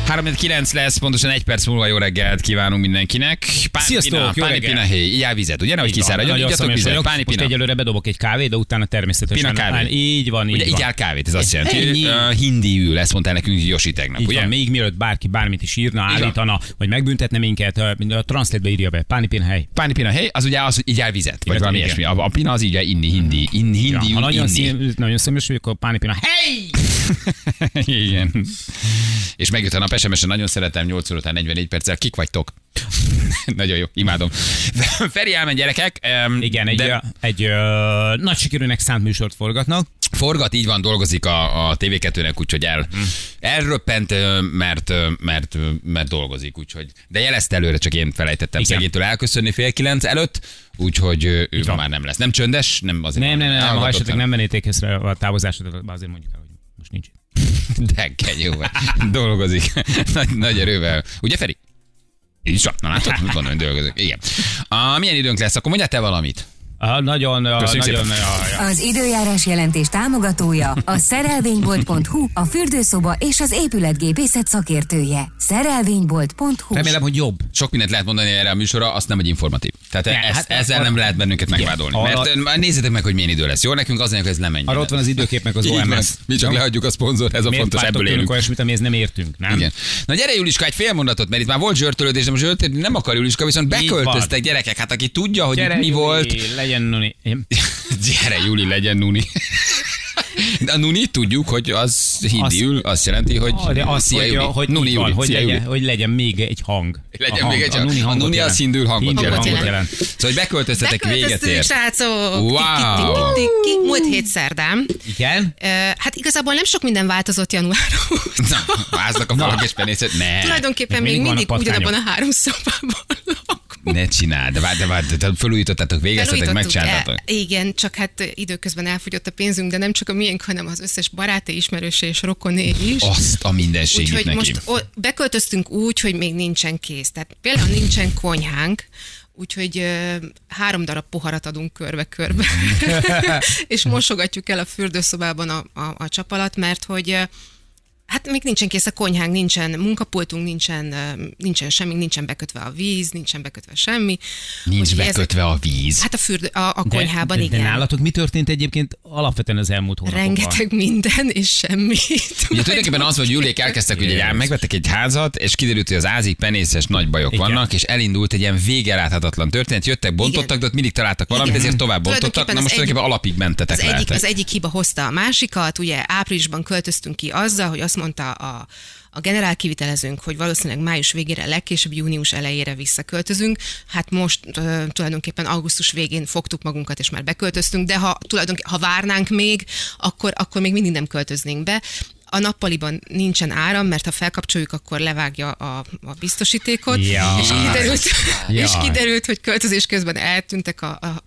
3-9 lesz, pontosan 1 perc múlva jó reggelt kívánunk mindenkinek. Sziasztok, jó Pánipina, héj, így áll vizet, ugye? Nehogy kiszáradjon, igyatok vizet, Most Pánipina. egyelőre bedobok egy kávét, de utána természetesen. Pina kávé. Így van, Ugye így így van. áll kávét, ez azt jelenti, hogy hindiül, ezt mondta nekünk Josi tegnap, Így ugye? van, még mielőtt bárki bármit is írna, állítana, vagy megbüntetne minket, a translate-be írja be. Pánipina, hely. Pánipina, héj, az ugye az, hogy így áll vizet, vagy Igen, valami igen. ilyesmi. A pina az így áll inni, hindiül, Ha nagyon inni. szemes vagyok, akkor Pánipina, hey! Igen. És megjött a nap SMS-en, nagyon szeretem, 8 óra után 44 perccel, kik vagytok? Nagyon jó, imádom. Feri elment, gyerekek. Igen, egy nagy sikerűnek szánt műsort forgatnak. Forgat, így van, dolgozik a TV2-nek, úgyhogy elröppent, mert dolgozik, úgyhogy. De jelezte előre, csak én felejtettem szegénytől elköszönni 8:30 előtt, úgyhogy ő ma már nem lesz. Nem csöndes, nem azért. Nem, ha esetleg nem vennéték észre a távozásodat, azért mondjuk el, hogy most nincs. De kenyó, dolgozik. Nagy erővel. Ugye, Feri? Így van, na látod, mit mondom, hogy dolgozik. Igen. Milyen időnk lesz? Akkor mondjál te valamit. Nagyon. Az időjárás jelentés támogatója a szerelvénybolt.hu, a fürdőszoba és az épületgépészet szakértője. Szerelvénybolt.hu. Remélem, hogy jobb. Sok mindent lehet mondani erre a műsorra, azt nem, hogy informatív. Tehát ezzel nem lehet bennünket megvádolni. Mert nézzétek meg, hogy milyen idő lesz. Jó, nekünk az, hogy ez nem menjen. Arra ott van az időkép, meg az OMS. Mi csak lehagyjuk a szponzor, ez a fontos, ebből élünk. Olyasmit, amihez nem értünk, nem? Igen. Na gyere, Juliska, egy fél mondatot, mert itt már volt zsörtölődés, de most zsörtölődni nem akar Juliska, viszont beköltöztek gyerekek. Hát aki tudja, hogy itt mi volt. Legyen nuni. Gyere, Juli, legyen nuni. De a nuni tudjuk, hogy az hindiül azt jelenti, hogy szia, Juli. Hogy nuni, Juli. hogy legyen még egy hang. Legyen még egy hang. A nuni az hindiül hangot jelent. Szóval, hogy beköltöztetek véget ért. Srácok! Wow. Múlt hét szerdán. Igen? Hát igazából nem sok minden változott január óta. Váznak a falak és penészet. Ne. Tulajdonképpen még mindig ugyanabban a 3 szobában lakunk. Ne csináld, de várj, felújítottátok, végeztetek, megcsináltatok. Igen, csak hát időközben elfogyott a pénzünk, de nem csak a miénk, hanem az összes baráté, ismerősé és rokoné is. Azt a mindenségét neki. Úgyhogy most beköltöztünk úgy, hogy még nincsen kész. Tehát például nincsen konyhánk, úgyhogy 3 darab poharat adunk körbe-körbe. És mosogatjuk el a fürdőszobában a csap alatt, mert hogy hát még nincsen kész a konyhánk, nincsen munkapultunk, nincsen semmi, nincsen bekötve a víz, nincsen bekötve semmi. Nincs bekötve a víz. Hát a konyhában, igen. De nálatok mi történt egyébként alapvetően az elmúlt hónapokban? Rengeteg minden és semmi. Ugye tulajdonképpen az, hogy Julék elkezdtek, ugye megvettek egy házat, és kiderült, hogy az ázik penészes nagy bajok vannak, és elindult egy ilyen végeláthatatlan történet. Jöttek, bontottak, de ott mindig találtak valamit, ezért tovább bontottak. Na most tulajdonképpen alapig mentetek le. Az egyik hiba hozta a másikat, ugye áprilisban költöztünk ki azzal, hogy azt mondta a generál kivitelezőnk, hogy valószínűleg május végére, legkésőbb június elejére visszaköltözünk. Hát most tulajdonképpen augusztus végén fogtuk magunkat, és már beköltöztünk, de ha várnánk még, akkor még mindig nem költöznénk be. A nappaliban nincsen áram, mert ha felkapcsoljuk, akkor levágja a biztosítékot, és kiderült, hogy költözés közben eltűntek a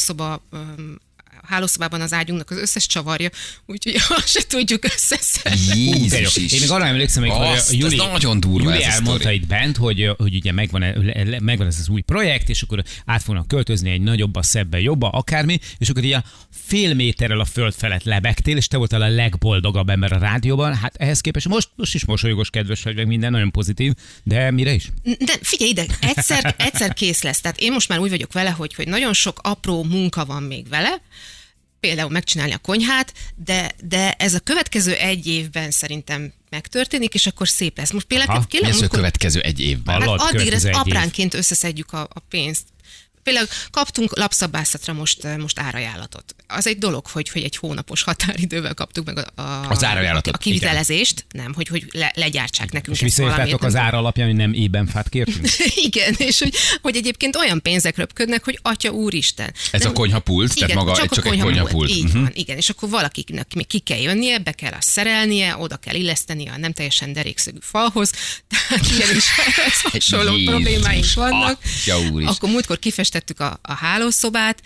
hálószobában az ágyunknak az összes csavarja, úgyhogy azt se tudjuk összeszedni. Jézus is. Én még arra emlékszem, hogy Júli elmondta itt bent, hogy ugye megvan ez az új projekt, és akkor át fognak költözni egy nagyobba, szebbe, jobba, akármi, és akkor így a fél méterrel a föld felett lebegtél, és te voltál a legboldogabb ember a rádióban. Hát ehhez képest most is mosolygós, kedves vagy, meg minden nagyon pozitív, de mire is? De figyelj ide, egyszer kész lesz. Tehát én most már úgy vagyok vele, hogy nagyon sok apró munka van még vele, például megcsinálni a konyhát, de ez a következő 1 évben szerintem megtörténik, és akkor szép lesz. Most például ez a következő 1 évben. Hát addigra apránként összeszedjük a pénzt. Például kaptunk lapszabászatra most árajánlatot. Az egy dolog, hogy egy hónapos határidővel kaptuk meg az árajánlatot. A kivitelezést, nem, hogy legyártsák nekünk. És visszajöttetek az ára alapján, hogy nem ébenfát kértünk? Igen, és hogy egyébként olyan pénzek röpködnek, hogy atya úristen. Ez a konyhapult, tehát maga csak egy konyhapult. Így van, igen, és akkor valakinek még ki kell jönnie, be kell azt szerelnie, oda kell illesztenie a nem teljesen derékszögű falhoz, tehát ilyen is hasonló problémáink vannak. Akkor múltkor kifestettük a hálószobát,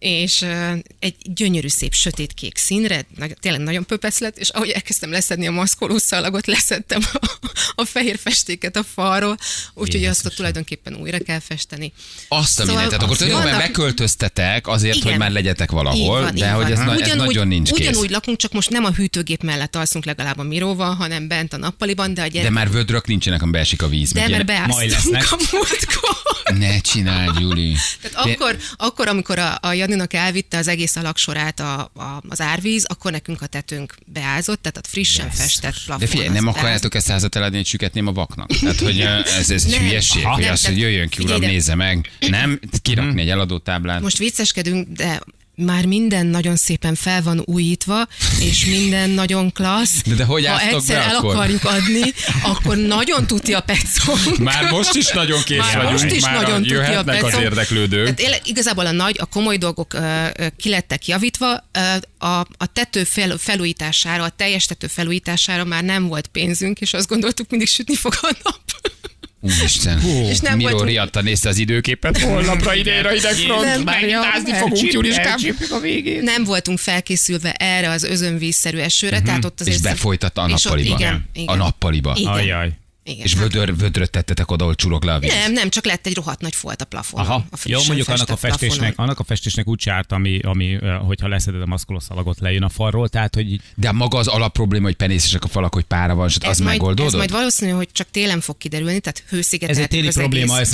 és egy gyönyörű szép sötétkék színre, tényleg nagyon pöpesz lett, és ahogy elkezdtem leszedni a maszkolószalagot, leszedtem a fehér festéket a falról, úgyhogy azt ott tulajdonképpen újra kell festeni. Azt a mindent, tehát akkor tulajdonképpen beköltöztetek azért, igen, hogy már legyetek valahol, van, de hogy ez nagyon nincs kész. Ugyanúgy lakunk, csak most nem a hűtőgép mellett alszunk legalább a Miróval, hanem bent a nappaliban, de a gyerek... De már vödrök nincsenek, ami beesik a víz. De mert beáztunk a múltkor. Ne csinálj, Gyuri. Tehát akkor, amikor a Janinak elvitte az egész alaksorát az árvíz, akkor nekünk a tetőnk beázott, tehát a frissen festett plafon. De figyelj, nem akarjátok ezt házat eladni, hogy süketném a vaknak? Tehát, hogy ez egy hülyeség, hogy azt, hogy jöjjön ki, uram, nézze meg. Nem, kirakni egy eladótáblát. Most vicceskedünk, de már minden nagyon szépen fel van újítva, és minden nagyon klassz. De hogy ha egyszer el akarjuk adni, akkor nagyon tuti a petszom. Már most is nagyon kész vagyunk. Most is már nagyon tuti a petszom. Az érdeklődők. Tehát igazából a komoly dolgok ki lettek javítva, a tető felújítására, a teljes tető felújítására már nem volt pénzünk, és azt gondoltuk, mindig sütni fog a nap. Úristen, Miró riadtan nézte az időképet. Holnapra idejére idegfront, megnázni fogunk, Gyuriskám. Nem voltunk felkészülve erre az özönvízszerű esőre, tehát ott azért... És befolytatta a nappaliba. Igen. A nappaliba. Ajjaj. Igen, és vödröt tettetek oda, ahol csurog le a víz. Nem, csak lett egy rohadt nagy folt a plafonon. Aha. Jó, mondjuk annak a festésnek úgy sárt, ami hogyha leszeded a maszkolószalagot, lejön a falról, tehát hogy... De maga az alapprobléma, hogy penészesek a falak, hogy pára van, az megoldódott? Ez majd valószínű, hogy csak télen fog kiderülni, tehát hőszigetelt. Ez egy téli probléma, ez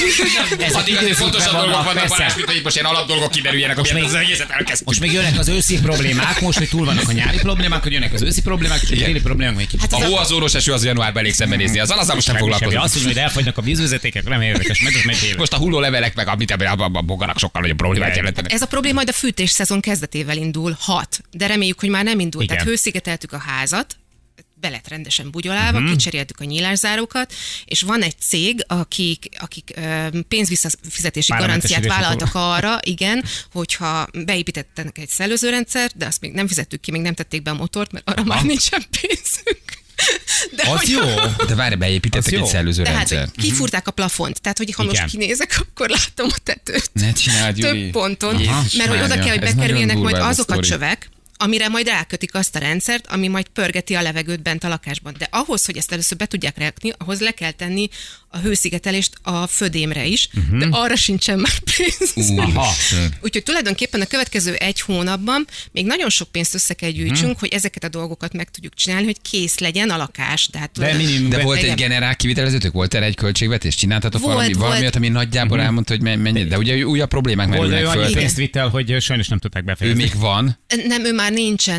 fontosabb dolgok vannak, Balázs, mint hogy most ilyen alapdolgok kiderüljenek, amiért az egészet elkezdtük. Most még jönnek az őszi problémák, most, hogy túl vannak a nyári problémák, hogy jönnek az őszi problémák, és a téli problémák még kicsit. A hóazónos eső az januárban elég szembenézni, az most nem foglalkozunk. Azt, hogy elfogynak a vízvezetékek, nem érdekes, most a hulló levelek meg a bogarak sokkal nagyobb problémát jelentenek. Ez a probléma majd a fűtés szezon kezdetével indul, de reméljük, hogy már nem indul. Igen. Tehát hőszigeteltük a házat, be lett rendesen bugyolálva, kicseréltük a nyílászárókat, és van egy cég, akik pénzvisszafizetési garanciát vállaltak arra, igen, hogyha beépítettek egy szellőzőrendszert, de azt még nem fizettük ki, még nem tették be a motort, mert arra már nincsen pénzünk. De az jó. De várj, beépítettek egy szellőzőrendszert. Tehát, kifúrták a plafont. Tehát, hogy ha most kinézek, akkor látom a tetőt. Ne csináld, Gyuri. Több ponton. Mert hogy oda kell, hogy bekerüljenek majd azok a csövek, amire majd rákötik azt a rendszert, ami majd pörgeti a levegőt bent a lakásban. De ahhoz, hogy ezt először be tudják rakni, ahhoz le kell tenni a hőszigetelést a födémre is, de arra sincsen már pénz. Úgyhogy tulajdonképpen a következő 1 hónapban még nagyon sok pénzt össze kell gyűjtsünk, hogy ezeket a dolgokat meg tudjuk csinálni, hogy kész legyen a lakás. De volt egy generál kivitelezőtök? Volt erre egy költségvetés? Csináltatok valamiért, ami nagyjából elmondta, hogy mennyi? De ugye újabb problémák merülnek föl. Volt pénzt vitt el, hogy sajnos nem tudták befejezni. Ő még van? Nem, ő már nincsen.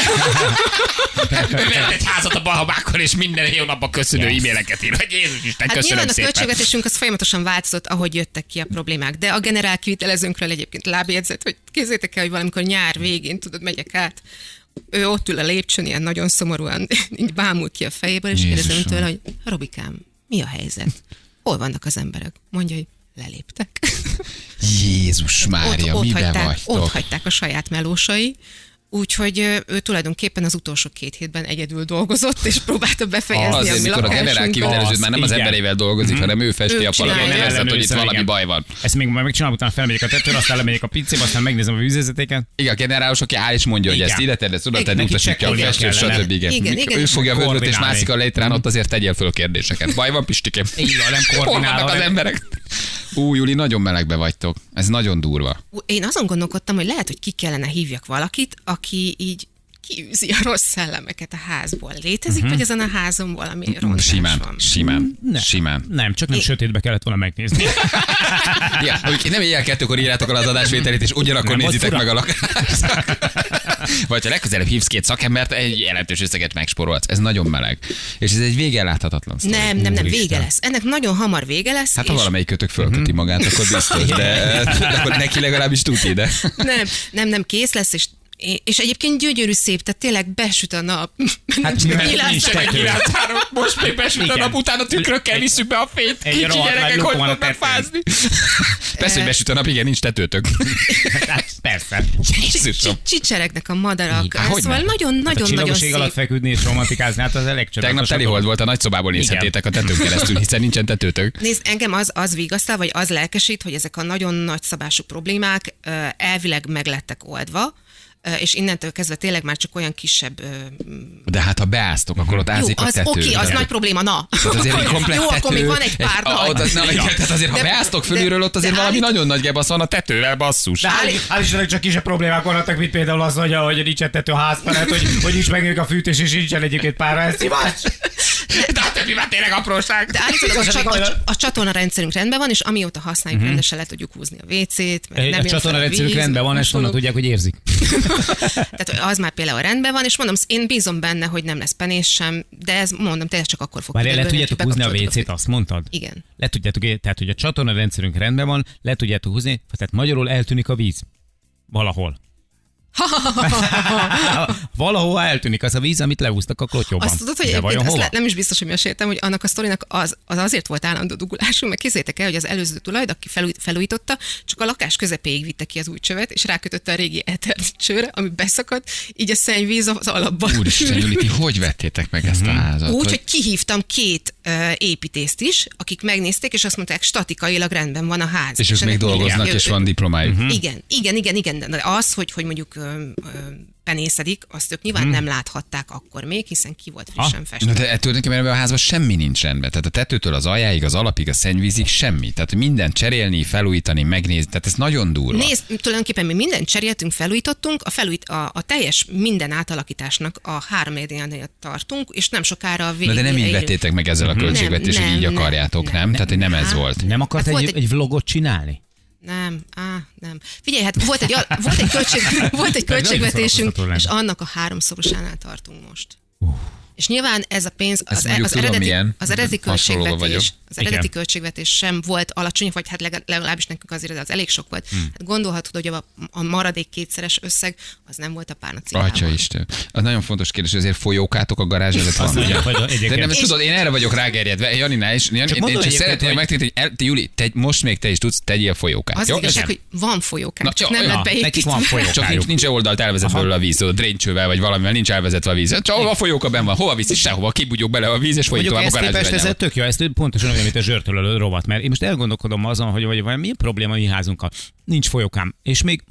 Vett egy házat a Bahamákon, és minden hónapban köszönő e-maileket ír, hogy Jézus Isten, köszönöm szépen. A költségvetésünk az folyamatosan változott, ahogy jöttek ki a problémák. De a generál kivitelezőnkről egyébként lábjegyzet, hogy képzeljétek el, hogy valamikor nyár végén, tudod, megyek át, ő ott ül a lépcsőn, ilyen nagyon szomorúan, így bámul ki a fejéből, és kérdezem tőle, hogy Robikám, mi a helyzet? Hol vannak az emberek? Mondja, hogy leléptek. Jézus Mária, miben vagytok? Ott hagyták a saját melósai. Úgyhogy ő tulajdonképpen az utolsó 2 hétben egyedül dolgozott, és próbálta befejezni a mi lakásunkat. A generál kivitelezőt már nem az emberével dolgozik, hanem ő festi a falat, érzed, hogy itt valami baj van. Ezt még megcsinálom, utána felmegyek a tetőre, aztán lemegyek a pincébe, aztán megnézem a vízvezetéket. Igen, a generális, aki áll és mondja, hogy ezt ide tedd, ezt oda tedd, utasítja a festőt, stb. Ő fogja a vödröt és mászik a létrán, ott azért tegyél föl a kérdéseket. Baj van, Pistikém? Így van, nem koordinálva. Az emberek. Júli, nagyon melegbe vagytok. Ez nagyon durva. Én azon gondolkodtam, hogy lehet, hogy ki kellene hívjak valakit, aki így kiűzi a rossz szellemeket a házból. Létezik, vagy ezen a házon valami rontás van? Simán. Nem, csak nem sötétbe kellett volna megnézni. Ja, nem éjjel 2-kor írjátok el az adásvételét, és ugyanakkor nézitek meg a lakást. Vagy ha legközelebb hívsz 2 szakembert, egy jelentős összeget megspórolsz. Ez nagyon meleg. És ez egy vége láthatatlan sztori. Nem, vége lesz. Ennek nagyon hamar vége lesz. Hát ha valamelyik kötök fölköti magát, akkor biztos, de akkor neki legalábbis tudj ide. Nem, kész lesz, és És egyébként gyönyörű szép, tehát tényleg besüt a nap. Hát most még besüt a nap, utána tükrökkel visszük be a fényt. Kicsi gyerekek, hogy fognak fázni. Persze, hogy besüt a nap, igen, nincs tetőtök. Persze. Csicseregnek a madarak. Szóval nagyon-nagyon szép. Alatt feküdni és romantikázni, hát az a legcsodálatos. Tegnap telihold volt, a nagyszobából nézhetétek a tetőn keresztül, hiszen nincsen tetőtök. Nézd, engem az vigasztal, vagy az lelkesít, hogy ezek a nagyon nagy szabású problémák elvileg meglettek oldva, és innentől kezdve tényleg már csak olyan kisebb... De hát ha beáztok, akkor ott ázik a tető. Oké, az nagy probléma, na. Tehát azért egy komplet jó, tető, akkor még van egy pár tehát azért, ha beáztok fölülről, ott azért valami nagyon nagy gebasz van a tetővel, basszus. Hát Istennek csak kisebb problémák vannak, mint például az, hogy nincsen tető a házban, hogy nincs meg a fűtés, és nincsen egyébként pára, ez szívás. De a többi már tényleg apróság. De állítólag a csatornarendszerünk rendben van, és amióta használjuk, rendesen le tudjuk húzni a WC-t. A csatornarendszerünk rendben van, ezt honnan tudják, hogy érzik. Tehát az már például rendben van, és mondom, én bízom benne, hogy nem lesz penés sem, de ez mondom, tényleg csak akkor fog kiderülni. Le tudjátok húzni a WC-t, azt mondtad? Igen. Le tudjátok, tehát hogy a csatornarendszerünk rendben van, le tudjátok húzni, tehát magyarul eltűnik a víz. Valahol. Valahol eltűnik az a víz, amit leúztak a klotyóban. Azt tudod, hogy nem is biztos, hogy meséltem, hogy annak a sztorinak az azért volt állandó dugulású, mert képzeljétek el, hogy az előző tulajd, aki felújította, csak a lakás közepéig vitte ki az új csövet, és rákötötte a régi etert csőre, ami beszakadt, így a szennyvíz az alapban. Úristen, Juli, ti hogy vettétek meg ezt a házat? Úgy, hogy kihívtam 2 építészt is, akik megnézték, és azt mondták, statikailag rendben van a ház. És ők még dolgoznak, és van diplomájuk. Igen. De az, hogy mondjuk penészedik, azt ők nyilván nem láthatták akkor még, hiszen ki volt frissen festve. De tulajdonképpen ebben a házban semmi nincs rendben. Tehát a tetőtől az aljáig, az alapig, a szennyvízig semmi. Tehát mindent cserélni, felújítani, megnézni. Tehát ez nagyon durva. Nézd, tulajdonképpen mi mindent cseréltünk, felújítottunk, a teljes minden átalakításnak a 3-4-nél tartunk, és nem sokára a végén. De nem így vettétek meg ezzel a költségvetéssel, hogy így akarjátok, nem? Tehát, hogy nem ez volt. Nem akart egy vlogot csinálni? Nem. Figyelj, hát volt egy költségvetésünk, és annak a 3-szorosánál tartunk most. És nyilván ez a pénz, az eredeti költségvetés sem volt alacsony, vagy hát legalábbis nekünk azért az elég sok volt. Hát gondolhatod, hogy a maradék 2-szeres összeg az nem volt a párnacélában. Atya Isten. Az nagyon fontos kérdés, hogy azért folyókátok a garázs előtt van. De nem, tudod, én erre vagyok rágerjedve. Janinál is. Én csak szeretném megtenni, hogy Juli, most még te is tudsz, tegyél folyókát. Az igazság, hogy van folyókák, csak nem lett beépítve. Csak nincs oldalt elvezet belőle a víz, dréncsővel vagy valamivel nincs elvezetve a víz. Csak a folyóka benn van. Hova viszi, sehova, kibugyog bele a víz, és folyik tovább a garázsba. Ez tök jó, ez pontosan olyan, mint a zsörtölő rovat, mert én most elgondolkodom azon, hogy mi probléma a mi házunkkal. Nincs folyókám, és még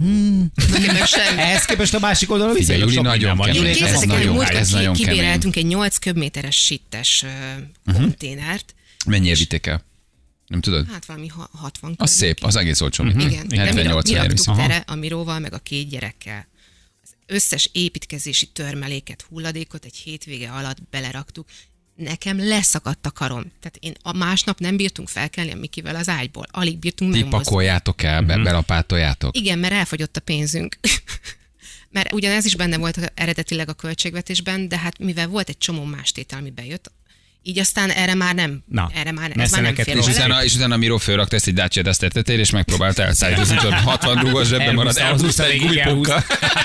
ehhez képest a másik oldalon viszont Juli nagyon kemény. Ez nagyon kemény. Kibéreltünk egy 8 köbméteres sittes konténert. Mennyire vitték el? Nem tudod? Hát valami 60. Az szép, az egész olcsó. Igen. 78 mi raktuk tere a Miróval, meg a 2 gyerekkel. Összes építkezési törmeléket, hulladékot egy hétvége alatt beleraktuk. Nekem leszakadt a karom. Tehát én a másnap nem bírtunk felkelni a Mikivel az ágyból. Alig bírtunk megmozdulni. Ti pakoljátok el, belapátoljátok? Igen, mert elfogyott a pénzünk. Mert ugyanez is benne volt eredetileg a költségvetésben, de hát mivel volt egy csomó más tétel, ami bejött, így aztán erre már nem. Ez már nem fér. És utána a Miró fölrakta ezt egy Dacia Duster tetejére, és megpróbálta elszállítozni, hogy 60 rúgós zsebben marad. Elhúzta egy gumipunkkal.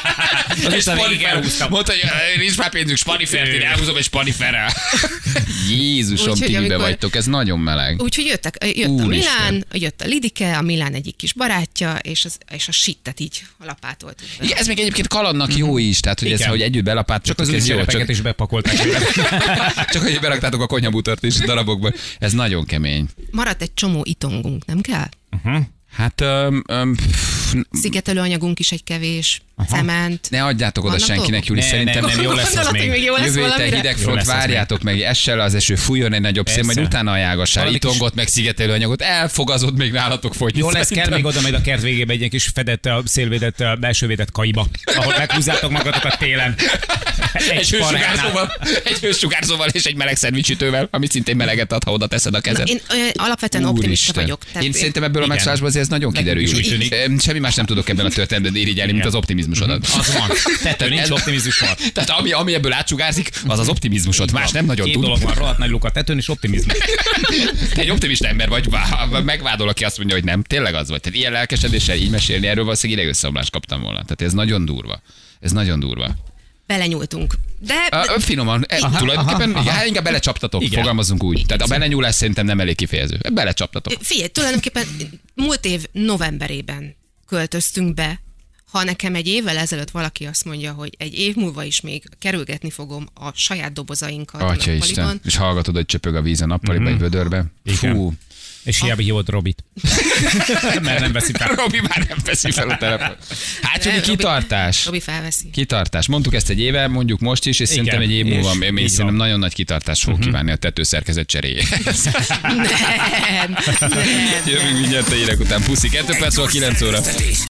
Mondta, hogy nincs már pénzünk Spaniferrel, én elhúzom egy Spaniferrel. Jézusom, ti mibe vagytok, ez nagyon meleg. Úgyhogy jött a Milán, jött a Lidike, a Milán egyik kis barátja, és a sittet így lapátoltuk. Igen, ez még egyébként kalandnak jó is, tehát hogy együtt belapátoltuk. Csak az ügyszerepeket is bepakolták. Csak hogy beraktátok a konyhabútort is darabokban. Ez nagyon kemény. Maradt egy csomó itongunk, nem kell? Hát... Szigetelőanyagunk is egy kevés, cement. Ne adjátok oda senkinek, Juli, szerintem nem jó lesz az még. Jövő héten hideg front, várjátok meg, essen le az eső, fújjon egy nagyobb szél, majd utána ajángassál itongot, meg szigetelőanyagot, elfogazod még nálatok fogyni. Jó lesz, kell még oda majd a kert végébe egy kis fedett, szélvédett, belsővédett kaiba, ahol meghúzzátok magatokat télen. Egy hősugárzóval és egy meleg szendvicsütővel, ami szintén meleget ad, ha oda teszed a kezed. Én alapvetően optimista vagyok. Én szerintem ebből a megszólásból ez nagyon kiderül. Semmi más nem tudok ebben a történetben irigyelni, mint az optimizmusodat. Az van. Tehát nincs optimizmus van. Tehát ami ebből átsugárzik, az az optimizmusod. Más nem nagyon tud. Két dolog van, rohadt nagy luk a tetőn, és optimizmus. Te egy optimista ember vagy, megvádol, aki azt mondja, hogy nem. Tényleg az vagy. Tehát ilyen lelkesedéssel így mesélni erről valószínűleg idegösszeomlást kaptam volna. Tehát ez nagyon durva. Ez nagyon durva. Belenyúltunk. De... Finoman, tulajdonképpen inkább belecsaptatok, igen. Fogalmazunk úgy. Igen. Tehát a belenyúlás szerintem nem elég kifejező. Belecsaptatok. Figyelj, tulajdonképpen múlt év novemberében költöztünk be. Ha nekem egy évvel ezelőtt valaki azt mondja, hogy egy év múlva is még kerülgetni fogom a saját dobozainkat a nappaliban. És hallgatod, hogy csöpög a víz a nappaliba, egy vödörbe. Fú. És hiába hívott Robit. Mert nem veszi fel. Robi már nem veszi fel a telefon. Hát csak kitartás. Robi felveszi. Kitartás. Mondtuk ezt egy éve, mondjuk most is, és szerintem egy év múlva én szerintem nagyon nagy kitartás fog kívánni a tetőszerkezet cseréjéhez. Nem. Jövünk mindjárt a hírek után. Puszi, 2 perc, 9 óra.